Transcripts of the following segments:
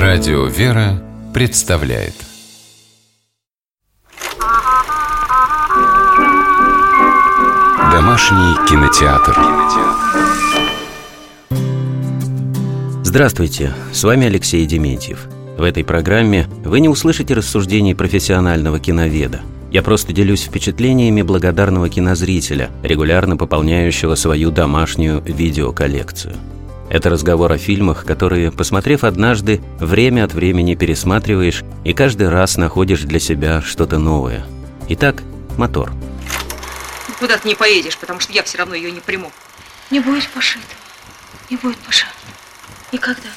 Радио «Вера» представляет Домашний кинотеатр. Здравствуйте, с вами Алексей Дементьев. В этой программе вы не услышите рассуждений профессионального киноведа. Я просто делюсь впечатлениями благодарного кинозрителя, регулярно пополняющего свою домашнюю видеоколлекцию. Это разговор о фильмах, которые, посмотрев однажды, время от времени пересматриваешь и каждый раз находишь для себя что-то новое. Итак, мотор. Куда ты не поедешь, потому что я все равно ее не приму. Не будет, Паша, этого. Не будет, Паша. Никогда.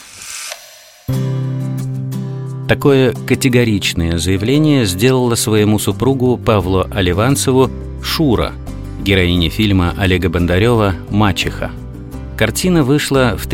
Такое категоричное заявление сделала своему супругу Павлу Оливанцеву Шура, героиня фильма Олега Бондарева «Мачеха». Картина вышла в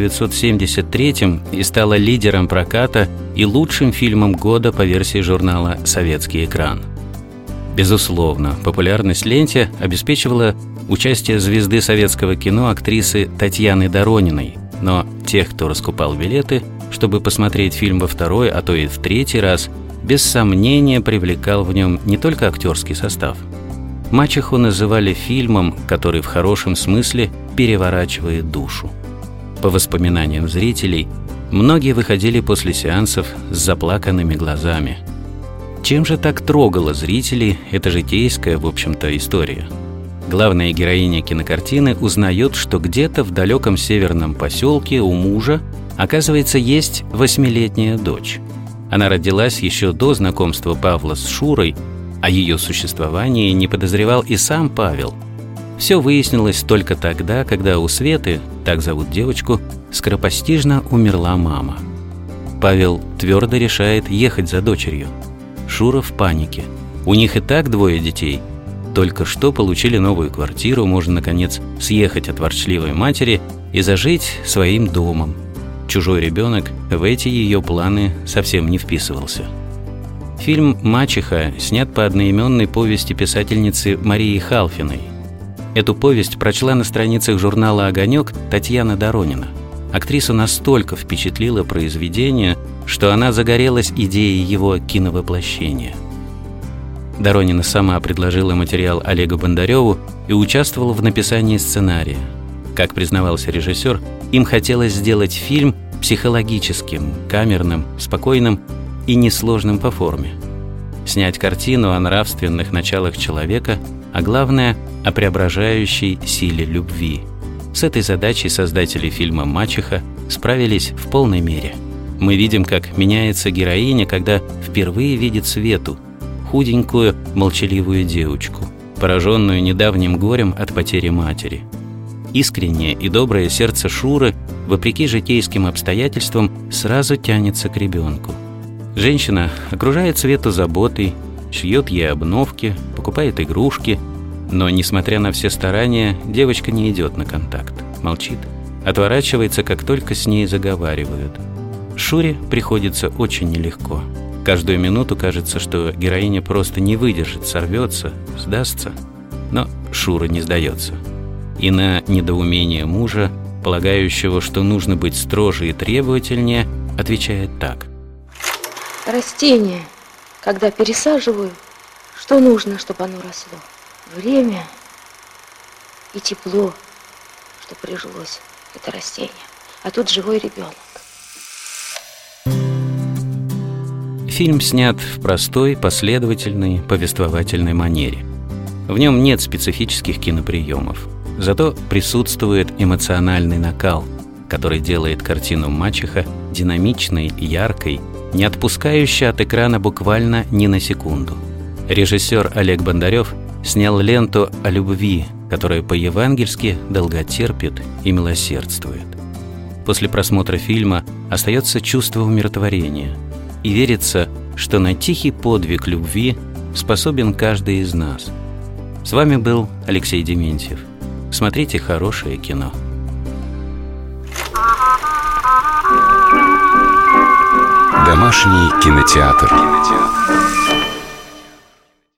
1973-м и стала лидером проката и лучшим фильмом года по версии журнала «Советский экран». Безусловно, популярность ленте обеспечивала участие звезды советского кино актрисы Татьяны Дорониной, но тех, кто раскупал билеты, чтобы посмотреть фильм во второй, а то и в третий раз, без сомнения привлекал в нем не только актерский состав. «Мачеху» называли фильмом, который в хорошем смысле переворачивает душу. По воспоминаниям зрителей, многие выходили после сеансов с заплаканными глазами. Чем же так трогала зрителей эта житейская, в общем-то, история? Главная героиня кинокартины узнает, что где-то в далеком северном поселке у мужа, оказывается, есть 8-летняя дочь. Она родилась еще до знакомства Павла с Шурой, о ее существовании не подозревал и сам Павел. Все выяснилось только тогда, когда у Светы, так зовут девочку, скоропостижно умерла мама. Павел твердо решает ехать за дочерью. Шура в панике. У них и так 2 детей. Только что получили новую квартиру, можно, наконец, съехать от ворчливой матери и зажить своим домом. Чужой ребенок в эти ее планы совсем не вписывался. Фильм «Мачеха» снят по одноименной повести писательницы Марии Халфиной. Эту повесть прочла на страницах журнала «Огонек» Татьяна Доронина. Актрису настолько впечатлило произведение, что она загорелась идеей его киновоплощения. Доронина сама предложила материал Олегу Бондареву и участвовала в написании сценария. Как признавался режиссер, им хотелось сделать фильм психологическим, камерным, спокойным и несложным по форме. Снять картину о нравственных началах человека, а главное – о преображающей силе любви. С этой задачей создатели фильма «Мачеха» справились в полной мере. Мы видим, как меняется героиня, когда впервые видит Свету, худенькую, молчаливую девочку, пораженную недавним горем от потери матери. Искреннее и доброе сердце Шуры, вопреки житейским обстоятельствам, сразу тянется к ребенку. Женщина окружает Свету заботой, шьет ей обновки, покупает игрушки, но, несмотря на все старания, девочка не идет на контакт, молчит, отворачивается, как только с ней заговаривают. Шуре приходится очень нелегко. Каждую минуту кажется, что героиня просто не выдержит, сорвется, сдастся. Но Шура не сдается. И на недоумение мужа, полагающего, что нужно быть строже и требовательнее, отвечает так. Растение, когда пересаживаю, что нужно, чтобы оно росло? Время и тепло, что прижилось это растение. А тут живой ребенок. Фильм снят в простой, последовательной, повествовательной манере. В нем нет специфических киноприемов. Зато присутствует эмоциональный накал, который делает картину «Мачеха» динамичной, яркой, не отпускающей от экрана буквально ни на секунду. Режиссер Олег Бондарев снял ленту о любви, которая по-евангельски долготерпит и милосердствует. После просмотра фильма остается чувство умиротворения, и верится, что на тихий подвиг любви способен каждый из нас. С вами был Алексей Дементьев. Смотрите хорошее кино. Домашний кинотеатр.